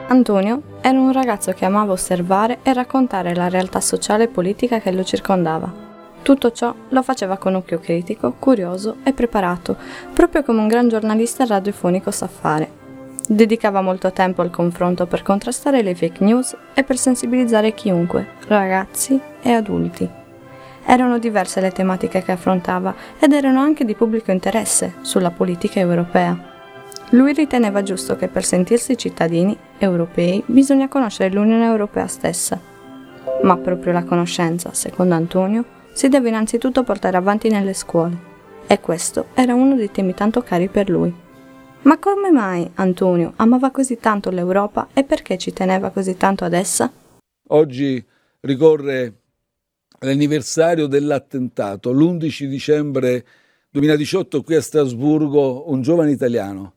Antonio era un ragazzo che amava osservare e raccontare la realtà sociale e politica che lo circondava. Tutto ciò lo faceva con occhio critico, curioso e preparato, proprio come un gran giornalista radiofonico sa fare. Dedicava molto tempo al confronto per contrastare le fake news e per sensibilizzare chiunque, ragazzi e adulti. Erano diverse le tematiche che affrontava ed erano anche di pubblico interesse sulla politica europea. Lui riteneva giusto che per sentirsi cittadini europei bisogna conoscere l'Unione Europea stessa. Ma proprio la conoscenza, secondo Antonio, si deve innanzitutto portare avanti nelle scuole. E questo era uno dei temi tanto cari per lui. Ma come mai Antonio amava così tanto l'Europa e perché ci teneva così tanto ad essa? Oggi ricorre l'anniversario dell'attentato. L'11 dicembre 2018 qui a Strasburgo un giovane italiano,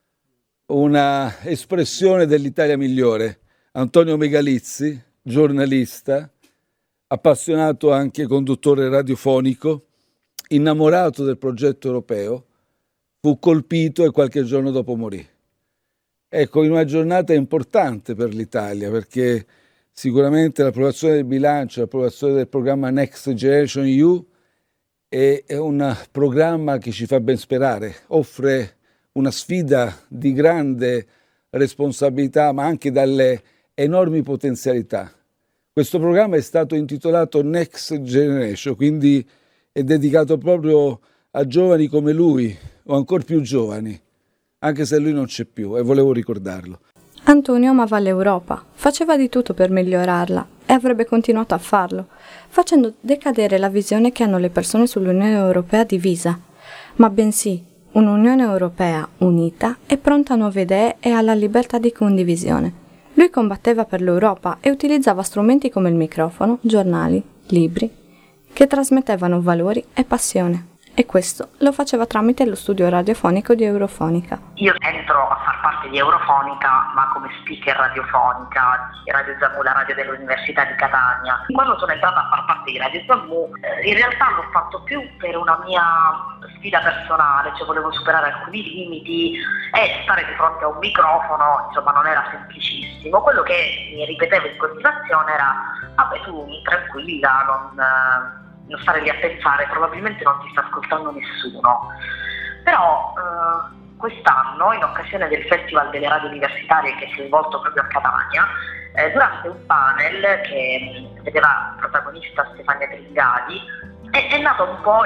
una espressione dell'Italia migliore, Antonio Megalizzi, giornalista, appassionato anche conduttore radiofonico, innamorato del progetto europeo, fu colpito e qualche giorno dopo morì. Ecco, in una giornata importante per l'Italia, perché sicuramente l'approvazione del bilancio, l'approvazione del programma Next Generation EU è un programma che ci fa ben sperare, offre una sfida di grande responsabilità, ma anche dalle enormi potenzialità. Questo programma è stato intitolato Next Generation, quindi è dedicato proprio a giovani come lui, o ancora più giovani, anche se lui non c'è più, e volevo ricordarlo. Antonio amava l'Europa, faceva di tutto per migliorarla e avrebbe continuato a farlo, facendo decadere la visione che hanno le persone sull'Unione Europea divisa, ma bensì un'Unione Europea unita e pronta a nuove idee e alla libertà di condivisione. Lui combatteva per l'Europa e utilizzava strumenti come il microfono, giornali, libri, che trasmettevano valori e passione. E questo lo faceva tramite lo studio radiofonico di Eurofonica. Io entro a far parte di Eurofonica, ma come speaker radiofonica di Radio Zamù, la radio dell'Università di Catania. Quando sono entrata a far parte di Radio Zamù, in realtà l'ho fatto più per una mia sfida personale, cioè volevo superare alcuni limiti e stare di fronte a un microfono, insomma, non era semplicissimo. Quello che mi ripetevo in continuazione era: vabbè, tu tranquilla, non stare lì a pensare, probabilmente non ti sta ascoltando nessuno. Però quest'anno, in occasione del Festival delle Radio Universitarie che si è svolto proprio a Catania, durante un panel che vedeva protagonista Stefania Tringadi, è nata un po'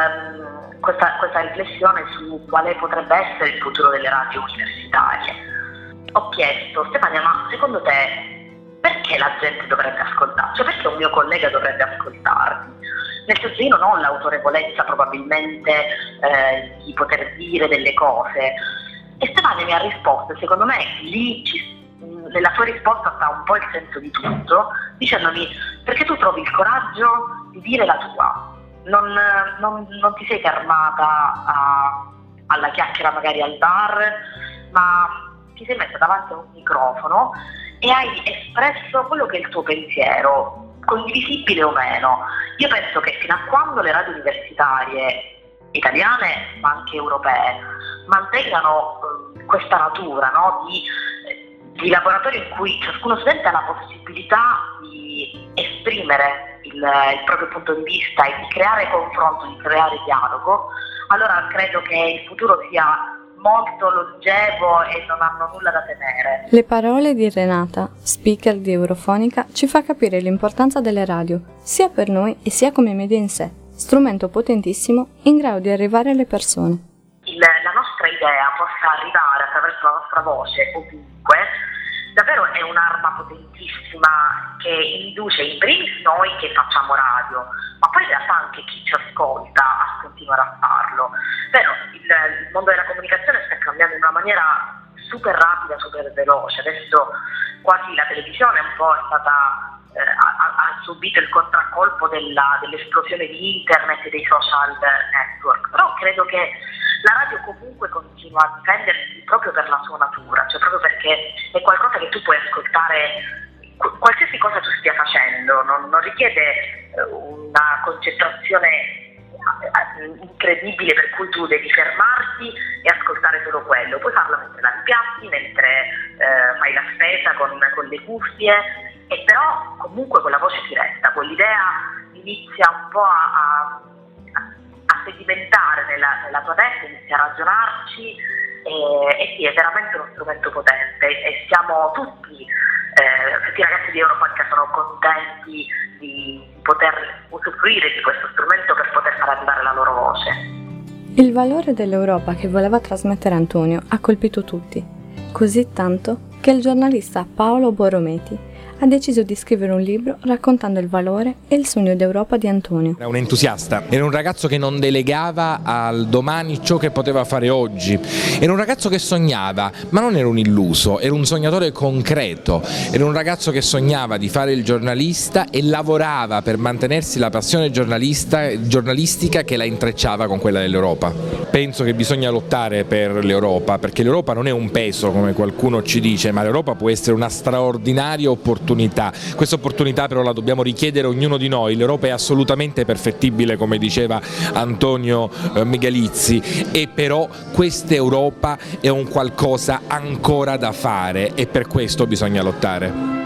questa riflessione su quale potrebbe essere il futuro delle radio universitarie. Ho chiesto: Stefania, ma secondo te perché la gente dovrebbe ascoltarci? Cioè, perché un mio collega dovrebbe ascoltarmi? Nel senso, io non ho l'autorevolezza probabilmente di poter dire delle cose. E Stefania mi ha risposto, e secondo me lì nella sua risposta sta un po' il senso di tutto, dicendomi: perché tu trovi il coraggio di dire la tua, non ti sei fermata alla chiacchiera magari al bar, ma ti sei messa davanti a un microfono e hai espresso quello che è il tuo pensiero, condivisibile o meno. Io penso che fino a quando le radio universitarie italiane, ma anche europee, mantengano questa natura, no, di laboratorio in cui ciascuno studente ha la possibilità di esprimere il proprio punto di vista e di creare confronto, di creare dialogo, allora credo che il futuro sia molto longevo e non hanno nulla da temere. Le parole di Renata, speaker di Eurofonica, ci fa capire l'importanza delle radio, sia per noi e sia come media in sé, strumento potentissimo in grado di arrivare alle persone. La nostra idea possa arrivare attraverso la nostra voce ovunque, davvero è un'arma potentissima che induce in primis noi che facciamo radio, ma poi in realtà anche chi ci ascolta a continuare a farlo. Vero, il mondo della comunicazione sta cambiando in una maniera super rapida, super veloce. Adesso quasi la televisione un po' è stata ha subito il contraccolpo dell'esplosione di internet e dei social network, però credo che la radio comunque continua a difendersi proprio per la sua natura, cioè proprio perché è qualcosa che tu puoi ascoltare qualsiasi cosa tu stia facendo, non richiede una concentrazione incredibile per cui tu devi fermarti e ascoltare solo quello. Puoi farlo mentre lavi i piatti, mentre fai la spesa, con le cuffie, e però comunque quella voce si resta, quell'idea inizia un po' a sedimentare nella tua testa, inizia a ragionarci, e sì, è veramente uno strumento potente, e siamo tutti i ragazzi di Eurofonica sono contenti di poter usufruire di questo strumento per poter far arrivare la loro voce. Il valore dell'Europa che voleva trasmettere Antonio ha colpito tutti, così tanto che il giornalista Paolo Borrometi ha deciso di scrivere un libro raccontando il valore e il sogno d'Europa di Antonio. Era un entusiasta, era un ragazzo che non delegava al domani ciò che poteva fare oggi, era un ragazzo che sognava, ma non era un illuso, era un sognatore concreto, era un ragazzo che sognava di fare il giornalista e lavorava per mantenersi la passione giornalistica che la intrecciava con quella dell'Europa. Penso che bisogna lottare per l'Europa, perché l'Europa non è un peso come qualcuno ci dice, ma l'Europa può essere una straordinaria opportunità. Questa opportunità però la dobbiamo richiedere ognuno di noi. L'Europa è assolutamente perfettibile, come diceva Antonio Megalizzi, e però questa Europa è un qualcosa ancora da fare, e per questo bisogna lottare.